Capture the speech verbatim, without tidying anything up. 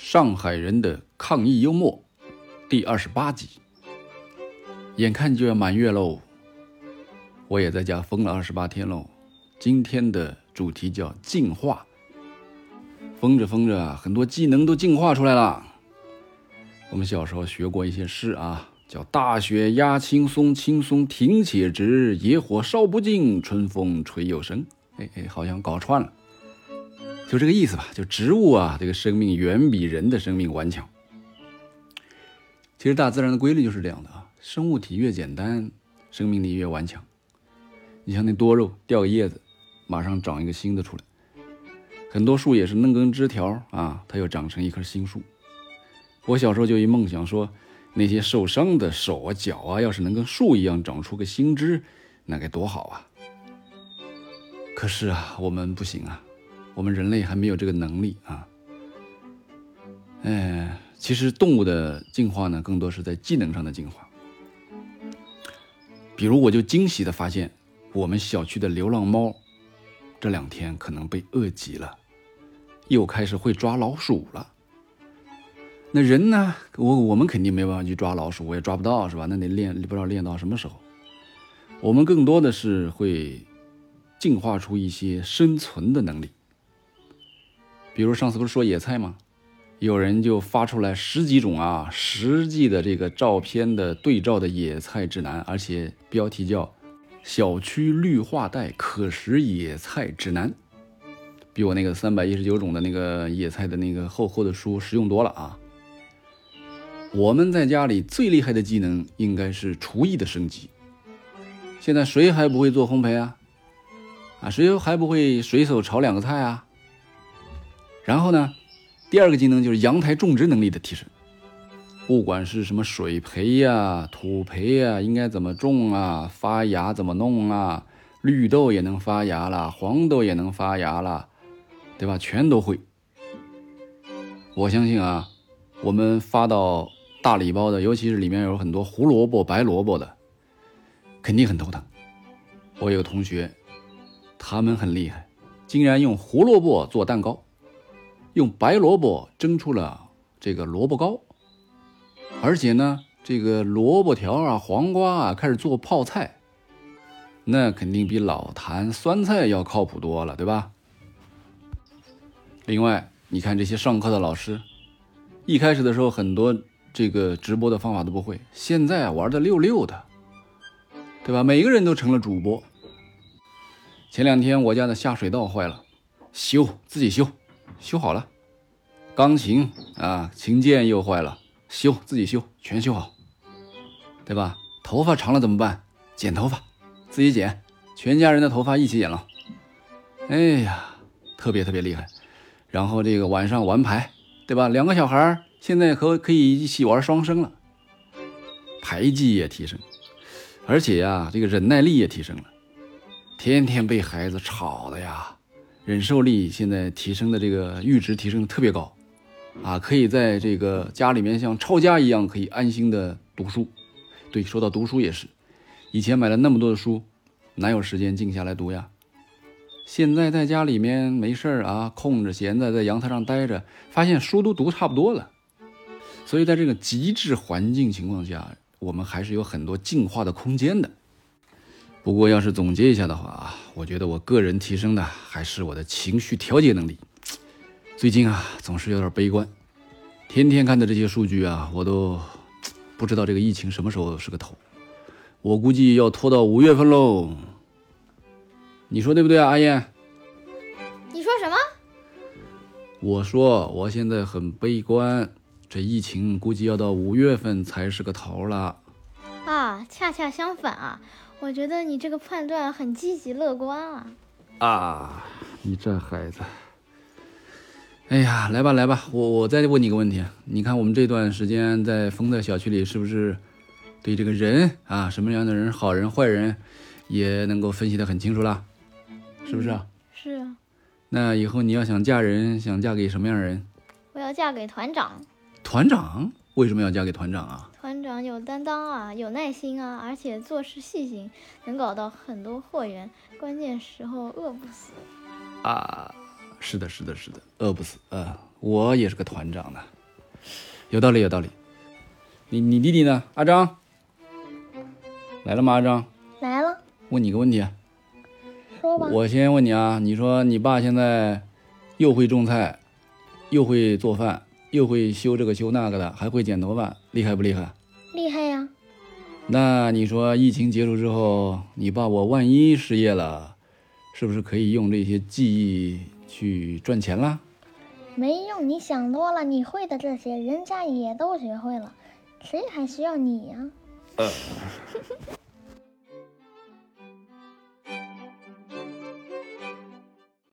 上海人的抗疫幽默第二十八集。眼看就要满月喽，我也在家封了二十八天喽。今天的主题叫进化。封着封着啊，很多技能都进化出来了。我们小时候学过一些诗啊，叫大雪压青松，青松挺且直，野火烧不尽，春风吹又生。哎哎，好像搞串了，就这个意思吧。就植物啊，这个生命远比人的生命顽强。其实大自然的规律就是这样的啊，生物体越简单，生命力越顽强。你像那多肉，掉个叶子，马上长一个新的出来。很多树也是嫩根枝条啊，它又长成一棵新树。我小时候就一梦想说，那些受伤的手啊脚啊，要是能跟树一样长出个新枝，那该多好啊！可是啊，我们不行啊，我们人类还没有这个能力啊。哎，其实动物的进化呢，更多是在技能上的进化。比如，我就惊喜地发现，我们小区的流浪猫这两天可能被饿急了，又开始会抓老鼠了。那人呢，我我们肯定没办法去抓老鼠，我也抓不到，是吧？那得练，不知道练到什么时候。我们更多的是会进化出一些生存的能力。比如上次不是说野菜吗？有人就发出来十几种啊实际的这个照片的对照的野菜指南，而且标题叫小区绿化带可食野菜指南，比我那个三百一十九种的那个野菜的那个厚厚的书实用多了啊。我们在家里最厉害的技能应该是厨艺的升级。现在谁还不会做烘焙啊？啊，谁还不会随手炒两个菜啊？然后呢，第二个技能就是阳台种植能力的提升。不管是什么水培呀、土培呀，应该怎么种啊，发芽怎么弄啊，绿豆也能发芽了，黄豆也能发芽了，对吧？全都会。我相信啊，我们发到大礼包的，尤其是里面有很多胡萝卜、白萝卜的，肯定很头疼。我有个同学，他们很厉害，竟然用胡萝卜做蛋糕，用白萝卜蒸出了这个萝卜糕，而且呢，这个萝卜条啊、黄瓜啊开始做泡菜，那肯定比老坛酸菜要靠谱多了，对吧？另外，你看这些上课的老师，一开始的时候很多这个直播的方法都不会，现在啊玩的溜溜的，对吧？每个人都成了主播。前两天我家的下水道坏了，修自己修，修好了。钢琴啊琴键又坏了，修自己修，全修好，对吧？头发长了怎么办？剪头发，自己剪，全家人的头发一起剪了。哎呀，特别特别厉害。然后这个晚上玩牌，对吧？两个小孩现在可可以一起玩双生了，牌技也提升，而且呀，这个忍耐力也提升了。天天被孩子吵的呀，忍受力现在提升的这个阈值提升的特别高啊，可以在这个家里面像抄家一样，可以安心的读书。对，说到读书也是，以前买了那么多的书，哪有时间静下来读呀？现在在家里面没事啊，空着闲的在阳台上待着，发现书都读差不多了。所以在这个极致环境情况下，我们还是有很多进化的空间的。不过要是总结一下的话啊，我觉得我个人提升的还是我的情绪调节能力。最近啊，总是有点悲观，天天看的这些数据啊，我都不知道这个疫情什么时候是个头。我估计要拖到五月份喽。你说对不对啊，阿燕？ 你说什么？ 我说我现在很悲观，这疫情估计要到五月份才是个头了。 啊，恰恰相反啊，我觉得你这个判断很积极乐观啊。 啊，你这孩子。哎呀，来吧来吧，我我再问你个问题，你看我们这段时间在封在小区里，是不是对这个人啊，什么样的人，好人坏人，也能够分析得很清楚了？是不是啊？ 嗯、是啊。 那以后你要想嫁人，想嫁给什么样的人？ 我要嫁给团长。 团长？为什么要嫁给团长啊？ 团长有担当啊，有耐心啊，而且做事细心，能搞到很多货源，关键时候饿不死。 啊， 是的，是的，是的，饿不死啊！我也是个团长呢，有道理，有道理。你你弟弟呢？阿张来了吗？阿张来了。 问你个问题， 说吧。 我先问你啊，你说你爸现在又会种菜，又会做饭，又会修这个修那个的，还会剪头发，厉害不厉害？ 厉害呀。 那你说疫情结束之后，你爸我万一失业了，是不是可以用这些技艺去赚钱啦？ 没用，你想多了，你会的这些，人家也都学会了，谁还需要你呀？ 呃